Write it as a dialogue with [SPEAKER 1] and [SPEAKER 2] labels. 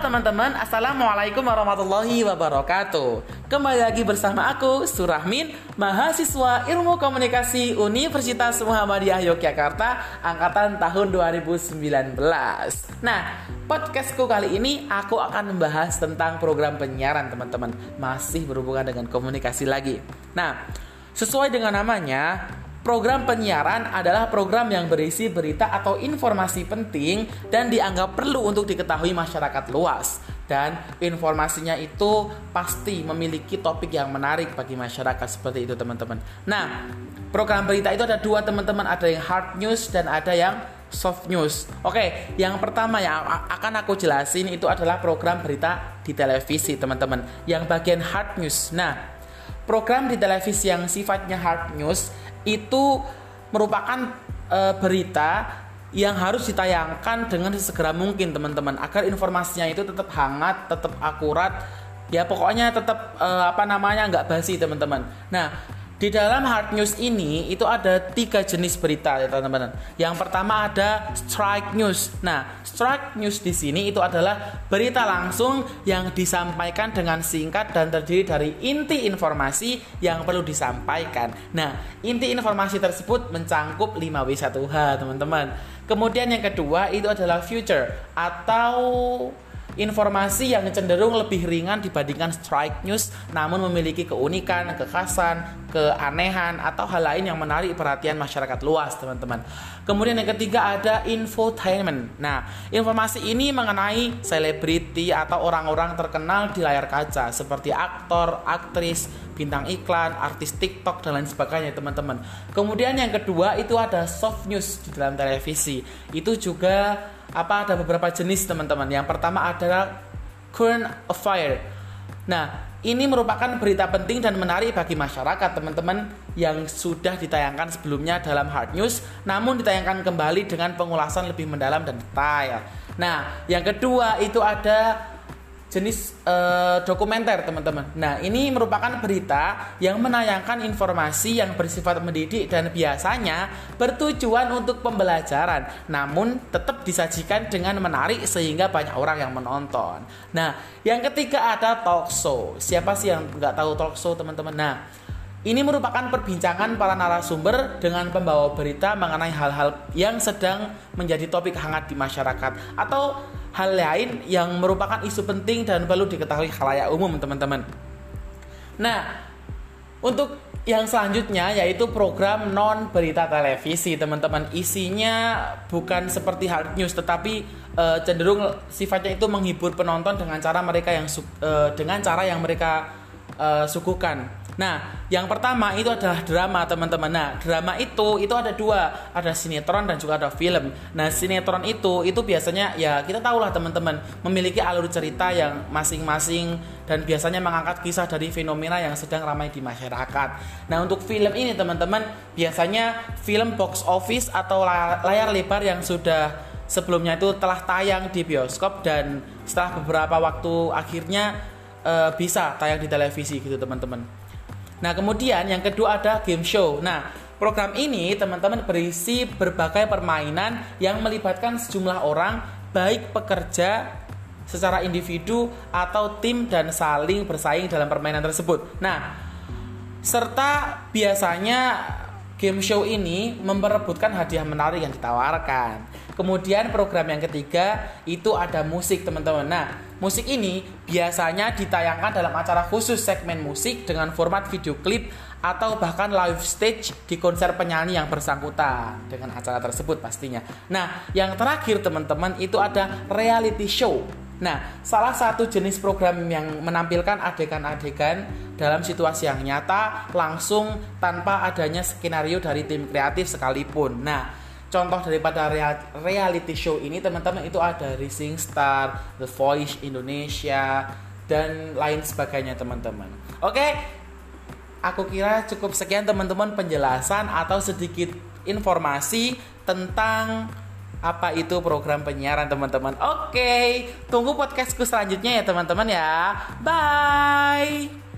[SPEAKER 1] teman-teman, Assalamualaikum warahmatullahi wabarakatuh. Kembali lagi bersama aku, Surahmin, mahasiswa Ilmu Komunikasi Universitas Muhammadiyah Yogyakarta, angkatan tahun 2019. Nah, podcastku kali ini aku akan membahas tentang program penyiaran, teman-teman. Masih berhubungan dengan komunikasi lagi. Nah, sesuai dengan namanya, program penyiaran adalah program yang berisi berita atau informasi penting dan dianggap perlu untuk diketahui masyarakat luas. Dan informasinya itu pasti memiliki topik yang menarik bagi masyarakat, seperti itu teman-teman. Nah, program berita itu ada dua teman-teman, ada yang hard news dan ada yang soft news. Oke, yang pertama yang akan aku jelasin itu adalah program berita di televisi teman-teman, yang bagian hard news. Nah, program di televisi yang sifatnya hard news itu merupakan berita yang harus ditayangkan dengan sesegera mungkin teman-teman, agar informasinya itu tetap hangat, tetap akurat, ya pokoknya tetap nggak basi teman-teman. Nah, di dalam hard news ini itu ada 3 jenis berita ya teman-teman. Yang pertama ada strike news. Nah, strike news di sini itu adalah berita langsung yang disampaikan dengan singkat dan terdiri dari inti informasi yang perlu disampaikan. Nah, inti informasi tersebut mencangkup 5W1H teman-teman. Kemudian yang kedua itu adalah future atau informasi yang cenderung lebih ringan dibandingkan strike news, namun memiliki keunikan, kekhasan, keanehan, atau hal lain yang menarik perhatian masyarakat luas, teman-teman. Kemudian yang ketiga ada infotainment. Nah, informasi ini mengenai selebriti atau orang-orang terkenal di layar kaca, seperti aktor, aktris, bintang iklan, artis TikTok, dan lain sebagainya, teman-teman. Kemudian yang kedua itu ada soft news di dalam televisi. Itu juga ada beberapa jenis teman-teman. Yang pertama adalah current affair. Nah, ini merupakan berita penting dan menarik bagi masyarakat teman-teman, yang sudah ditayangkan sebelumnya dalam hard news, namun ditayangkan kembali dengan pengulasan lebih mendalam dan detail. Nah, yang kedua itu ada jenis dokumenter teman-teman. Nah, ini merupakan berita yang menayangkan informasi yang bersifat mendidik dan biasanya bertujuan untuk pembelajaran, namun tetap disajikan dengan menarik sehingga banyak orang yang menonton. Nah, yang ketiga ada talk show. Siapa sih yang nggak tahu talk show teman-teman? Nah, ini merupakan perbincangan para narasumber dengan pembawa berita mengenai hal-hal yang sedang menjadi topik hangat di masyarakat atau hal lain yang merupakan isu penting dan perlu diketahui khalayak umum, teman-teman. Nah, untuk yang selanjutnya yaitu program non berita televisi, teman-teman. Isinya bukan seperti hard news, tetapi cenderung sifatnya itu menghibur penonton dengan cara yang mereka suguhkan. Nah, yang pertama itu adalah drama, teman-teman. Nah, drama itu ada 2, ada sinetron dan juga ada film. Nah, sinetron itu biasanya ya kita tahu lah teman-teman, memiliki alur cerita yang masing-masing dan biasanya mengangkat kisah dari fenomena yang sedang ramai di masyarakat. Nah, untuk film ini teman-teman, biasanya film box office atau layar lebar yang sudah sebelumnya itu telah tayang di bioskop dan setelah beberapa waktu akhirnya bisa tayang di televisi gitu, teman-teman. Nah, kemudian yang kedua ada game show. Nah, program ini teman-teman berisi berbagai permainan yang melibatkan sejumlah orang, baik pekerja secara individu atau tim, dan saling bersaing dalam permainan tersebut. Nah, serta biasanya game show ini memperebutkan hadiah menarik yang ditawarkan. Kemudian program yang ketiga itu ada musik, teman-teman. Nah, musik ini biasanya ditayangkan dalam acara khusus segmen musik dengan format video klip atau bahkan live stage di konser penyanyi yang bersangkutan dengan acara tersebut pastinya. Nah, yang terakhir teman-teman itu ada reality show. Nah, salah satu jenis program yang menampilkan adegan-adegan dalam situasi yang nyata langsung tanpa adanya skenario dari tim kreatif sekalipun. Nah, contoh daripada reality show ini teman-teman itu ada Rising Star, The Voice Indonesia, dan lain sebagainya, teman-teman. Oke, aku kira cukup sekian teman-teman penjelasan atau sedikit informasi tentang apa itu program penyiaran, teman-teman. Oke, tunggu podcastku selanjutnya ya teman-teman ya. Bye.